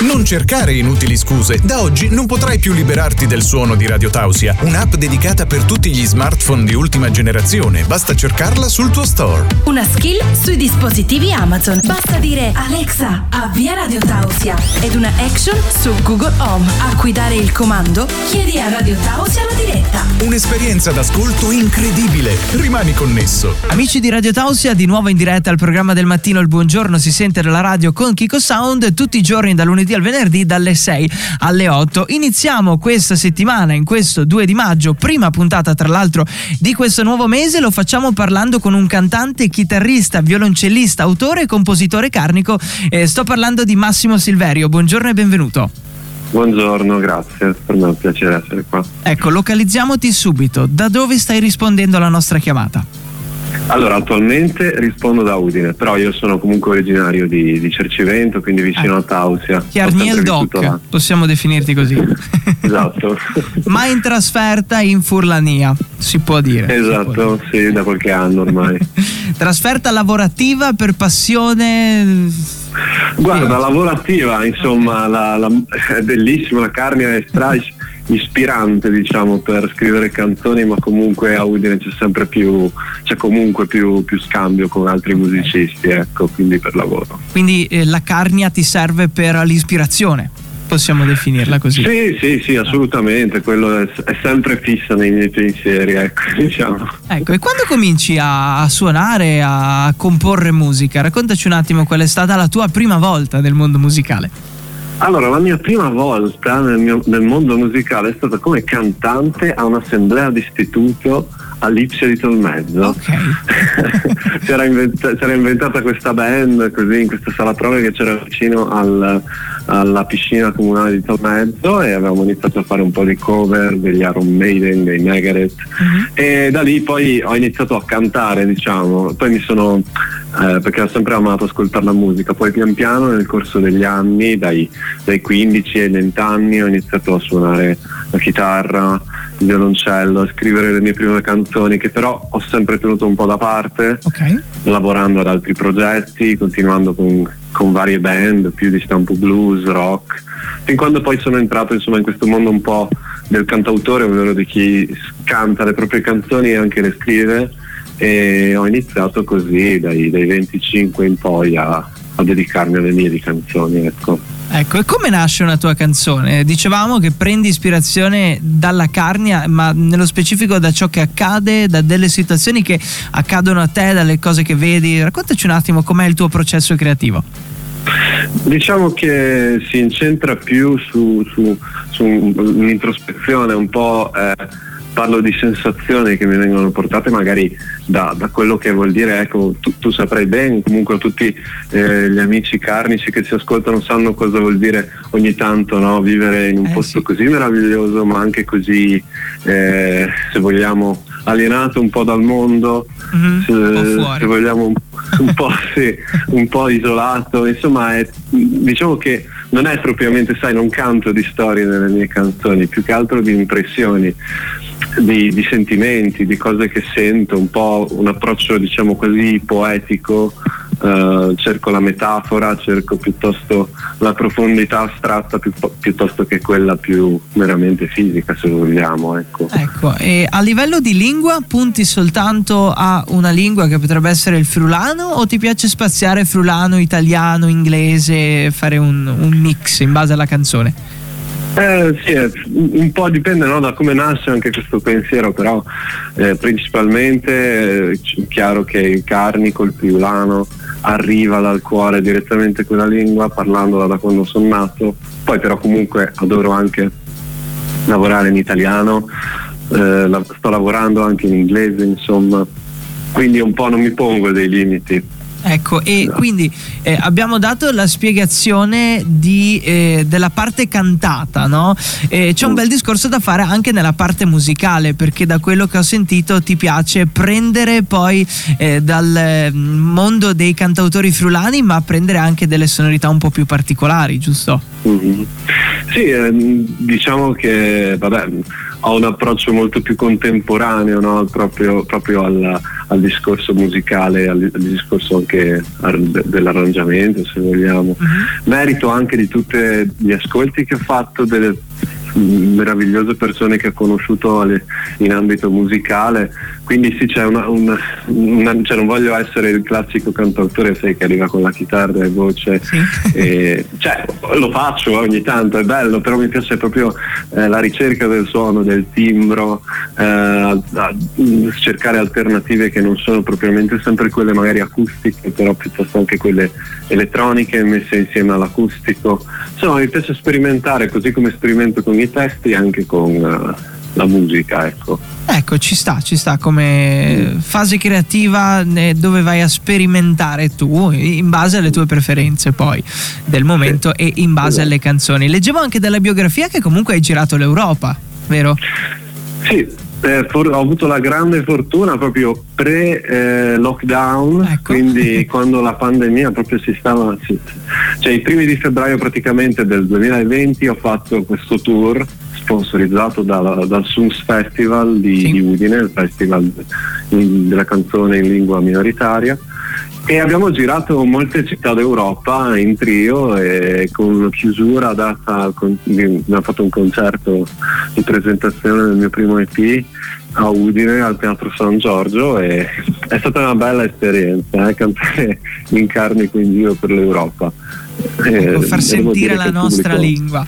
Non cercare inutili scuse. Da oggi non potrai più liberarti del suono di Radio Tausia, un'app dedicata per tutti gli smartphone di ultima generazione. Basta cercarla sul tuo store. Una skill sui dispositivi Amazon. Basta dire Alexa, avvia Radio Tausia, ed una action su Google Home. A cui dare il comando, chiedi a Radio Tausia la diretta. Un'esperienza d'ascolto incredibile. Rimani connesso. Amici di Radio Tausia, di nuovo in diretta al programma del mattino Il Buongiorno si sente dalla radio con Kiko Sound, tutti i giorni da lunedì al venerdì dalle 6 alle 8. Iniziamo questa settimana, in questo 2 di maggio, prima puntata tra l'altro di questo nuovo mese. Lo facciamo parlando con un cantante, chitarrista, violoncellista, autore e compositore carnico. Sto parlando di Massimo Silverio. Buongiorno e benvenuto. Buongiorno, grazie, per me è un piacere essere qua. Ecco, localizziamoti subito. Da dove stai rispondendo alla nostra chiamata? Allora, attualmente rispondo da Udine, però io sono comunque originario di Cercivento, quindi vicino a Tausia. Chiarniel Doc, possiamo definirti così. Esatto. Ma in trasferta in Furlania, si può dire. Esatto, sì, da qualche anno ormai. Trasferta lavorativa per passione? Guarda, lavorativa, insomma, è bellissimo, la Carnia è ispirante, diciamo, per scrivere canzoni, ma comunque a Udine c'è comunque più scambio con altri musicisti, ecco, quindi per lavoro. Quindi la Carnia ti serve per l'ispirazione, possiamo definirla così? Sì, assolutamente, quello è sempre fissa nei miei pensieri, ecco, diciamo. Ecco, e quando cominci a suonare, a comporre musica? Raccontaci un attimo qual è stata la tua prima volta nel mondo musicale. Allora, la mia prima volta nel mondo musicale è stata come cantante a un'assemblea d'istituto a Lipsia di Tolmezzo. Okay. si era inventata questa band così in questa sala prove che c'era vicino alla piscina comunale di Tolmezzo, e avevamo iniziato a fare un po' di cover degli Iron Maiden, dei Megadeth, e da lì poi ho iniziato a cantare, diciamo. Poi mi sono perché ho sempre amato ascoltare la musica, poi pian piano nel corso degli anni, dai 15 ai 20 anni, ho iniziato a suonare la chitarra, il violoncello, a scrivere le mie prime canzoni, che però ho sempre tenuto un po' da parte, lavorando ad altri progetti, continuando con varie band più di stampo blues, rock, fin quando poi sono entrato, insomma, in questo mondo un po' del cantautore, ovvero di chi canta le proprie canzoni e anche le scrive. E ho iniziato così dai 25 in poi a dedicarmi alle mie canzoni, ecco. Ecco, e come nasce una tua canzone? Dicevamo che prendi ispirazione dalla Carnia, ma nello specifico da ciò che accade, da delle situazioni che accadono a te, dalle cose che vedi. Raccontaci un attimo com'è il tuo processo creativo. Diciamo che si incentra più su un'introspezione un po'. Parlo di sensazioni che mi vengono portate magari da quello che vuol dire, ecco, tu saprai bene, comunque tutti gli amici carnici che ci ascoltano sanno cosa vuol dire ogni tanto, no? Vivere in un posto così meraviglioso, ma anche così, se vogliamo, alienato un po' dal mondo, se vogliamo un po' isolato, insomma, diciamo che non è propriamente, non canto di storie nelle mie canzoni, più che altro di impressioni, di sentimenti, di cose che sento, un po' un approccio, diciamo così, poetico. Cerco la metafora, cerco piuttosto la profondità astratta piuttosto che quella più meramente fisica, se vogliamo, ecco. E a livello di lingua punti soltanto a una lingua che potrebbe essere il friulano, o ti piace spaziare friulano, italiano, inglese, fare un mix in base alla canzone? Sì, un po' dipende, no, da come nasce anche questo pensiero, però principalmente è chiaro che il carnico, il friulano, arriva dal cuore direttamente quella lingua, parlandola da quando sono nato. Poi però comunque adoro anche lavorare in italiano, sto lavorando anche in inglese, insomma, quindi un po' non mi pongo dei limiti. Ecco, e quindi abbiamo dato la spiegazione della parte cantata, no? C'è un bel discorso da fare anche nella parte musicale, perché da quello che ho sentito ti piace prendere poi dal mondo dei cantautori friulani, ma prendere anche delle sonorità un po' più particolari, giusto? Mm-hmm. Sì, diciamo che ho un approccio molto più contemporaneo, no? proprio al discorso musicale, al discorso anche dell'arrangiamento, se vogliamo. Merito anche di tutti gli ascolti che ho fatto, delle meravigliose persone che ho conosciuto in ambito musicale, quindi sì, c'è cioè non voglio essere il classico cantautore, sai, che arriva con la chitarra e voce, cioè lo faccio ogni tanto, è bello, però mi piace proprio la ricerca del suono, del timbro, cercare alternative che non sono propriamente sempre quelle magari acustiche, però piuttosto anche quelle elettroniche messe insieme all'acustico. Insomma, mi piace sperimentare, così come sperimento con i testi, anche con la musica, ecco. Ecco, ci sta come fase creativa dove vai a sperimentare tu in base alle tue preferenze poi del momento, e in base alle canzoni. Leggevo anche dalla biografia che comunque hai girato l'Europa, vero? Sì. Ho avuto la grande fortuna proprio pre-lockdown, ecco. Quindi quando la pandemia proprio cioè i primi di febbraio praticamente del 2020 ho fatto questo tour sponsorizzato dal Suns Festival di Udine, il festival della canzone in lingua minoritaria, e abbiamo girato molte città d'Europa in trio, e con chiusura data abbiamo fatto un concerto di presentazione del mio primo EP a Udine al Teatro San Giorgio, e è stata una bella esperienza cantare in Carnico in giro per l'Europa, far sentire la nostra lingua.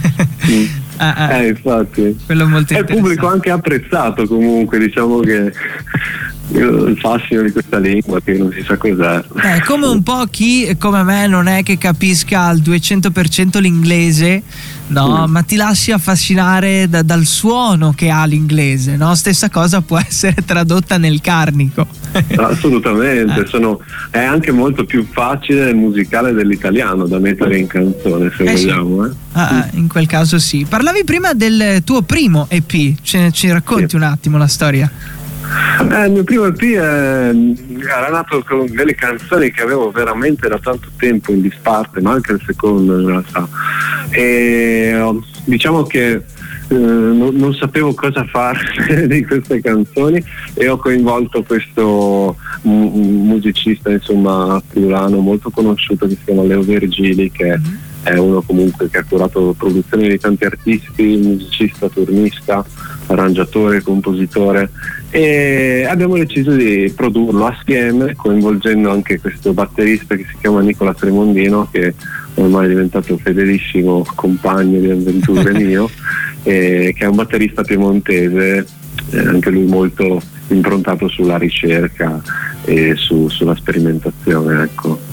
Infatti quello molto il pubblico anche apprezzato, comunque diciamo che il fascino di questa lingua che non si sa cos'è. Come un po' chi come me non è che capisca al 200% l'inglese, no? Ma ti lasci affascinare dal suono che ha l'inglese, no? Stessa cosa può essere tradotta nel carnico. Assolutamente, è anche molto più facile e musicale dell'italiano da mettere in canzone, se vogliamo. In quel caso sì. Parlavi prima del tuo primo EP, ci racconti un attimo la storia? Il mio primo EP era nato con delle canzoni che avevo veramente da tanto tempo in disparte, ma anche il secondo in realtà, e diciamo che non sapevo cosa fare di queste canzoni, e ho coinvolto questo musicista, insomma, friulano molto conosciuto, che si chiama Leo Vergili, che è uno comunque che ha curato produzioni di tanti artisti, musicista, turnista, arrangiatore, compositore, e abbiamo deciso di produrlo assieme, coinvolgendo anche questo batterista che si chiama Nicola Tremondino, che ormai è diventato fedelissimo compagno di avventure mio, che è un batterista piemontese, anche lui molto improntato sulla ricerca e sulla sperimentazione, ecco.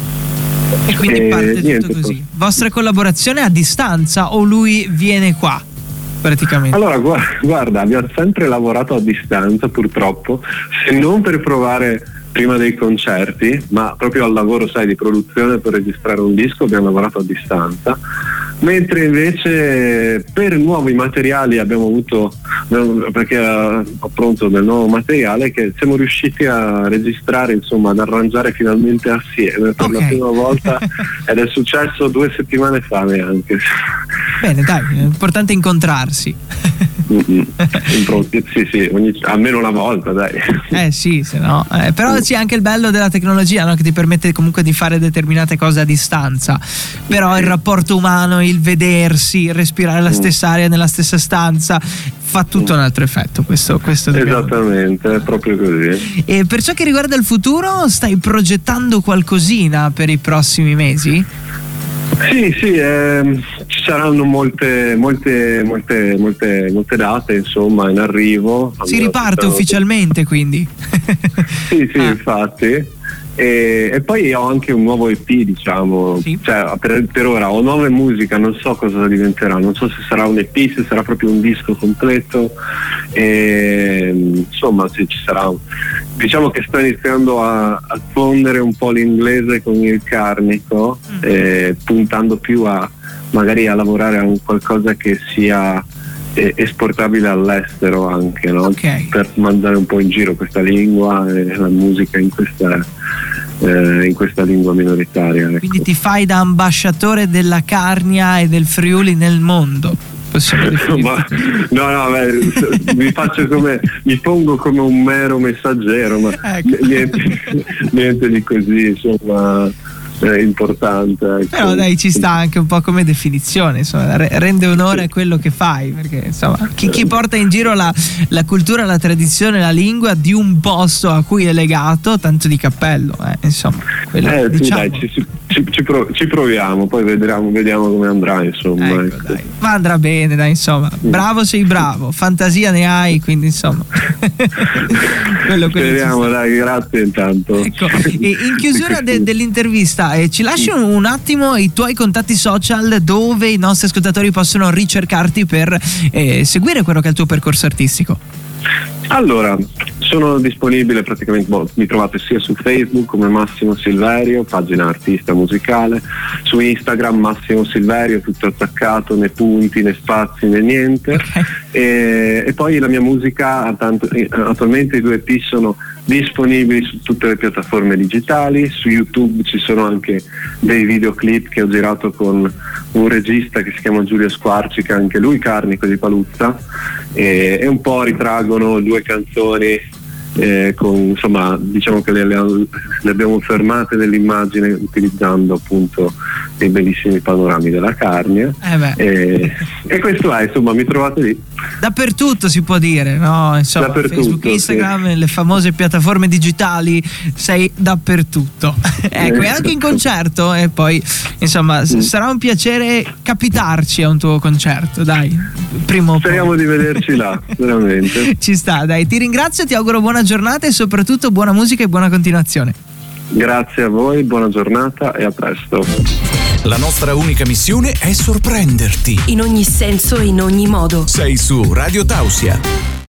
E quindi parte tutto così. Vostra collaborazione a distanza o lui viene qua praticamente? Allora guarda, abbiamo sempre lavorato a distanza, purtroppo, se non per provare prima dei concerti, ma proprio al lavoro, sai, di produzione per registrare un disco abbiamo lavorato a distanza, mentre invece per nuovi materiali abbiamo avuto, perché ho pronto del nuovo materiale che siamo riusciti a registrare, insomma ad arrangiare finalmente assieme per la prima volta, ed è successo 2 settimane fa neanche. Bene, dai, è importante incontrarsi. Sì, almeno una volta, dai. Sì, se no. Però c'è anche il bello della tecnologia, no? Che ti permette comunque di fare determinate cose a distanza. Però il rapporto umano, il vedersi, respirare la stessa aria nella stessa stanza, fa tutto un altro effetto. Questo esattamente, è proprio così. E per ciò che riguarda il futuro, stai progettando qualcosina per i prossimi mesi? Sì, ci saranno molte date, insomma, in arrivo. Si riparte ufficialmente, quindi. Sì, infatti. E poi ho anche un nuovo EP, diciamo, cioè per ora ho nuove musiche, non so cosa diventerà, non so se sarà un EP, se sarà proprio un disco completo, e insomma ci sarà, diciamo che sto iniziando a fondere un po' l'inglese con il carnico, puntando più magari a lavorare a qualcosa che sia esportabile all'estero anche, no? Per mandare un po' in giro questa lingua e la musica in in questa lingua minoritaria. Ecco. Quindi ti fai da ambasciatore della Carnia e del Friuli nel mondo. Mi pongo come un mero messaggero, ma ecco. niente di così, insomma, è importante. Ecco. Però dai, ci sta anche un po' come definizione, insomma, rende onore a quello che fai, perché insomma chi porta in giro la cultura, la tradizione, la lingua di un posto a cui è legato, tanto di cappello, insomma. Quello, diciamo. Dai, ci proviamo, poi vediamo come andrà, insomma. Ecco. Dai. Ma andrà bene, dai, insomma. Bravo, sei bravo, fantasia ne hai, quindi insomma. quello speriamo, dai, grazie intanto. Ecco, e in chiusura dell'intervista ci lasci un attimo i tuoi contatti social dove i nostri ascoltatori possono ricercarti per seguire quello che è il tuo percorso artistico. Allora, sono disponibile praticamente, mi trovate sia su Facebook come Massimo Silverio, pagina artista musicale, su Instagram Massimo Silverio, tutto attaccato, né punti né spazi né niente. Okay. E poi la mia musica, attualmente i 2 EP sono disponibili su tutte le piattaforme digitali, su YouTube ci sono anche dei videoclip che ho girato con un regista che si chiama Giulio Squarci, che anche lui carnico di Paluzza, e un po' ritraggono 2 canzoni insomma, diciamo che le abbiamo fermate nell'immagine utilizzando appunto dei bellissimi panorami della Carnia, e questo è, insomma, mi trovate lì dappertutto, si può dire, no? Insomma, Facebook, Instagram, sì. Le famose piattaforme digitali, sei dappertutto. Ecco, e anche in concerto, e poi insomma sarà un piacere capitarci a un tuo concerto, dai, prima o poi. Speriamo di vederci là, veramente. Ci sta, dai, ti ringrazio, ti auguro buona giornata e soprattutto buona musica e buona continuazione. Grazie a voi, buona giornata e a presto. La nostra unica missione è sorprenderti. In ogni senso e in ogni modo. Sei su Radio Tausia.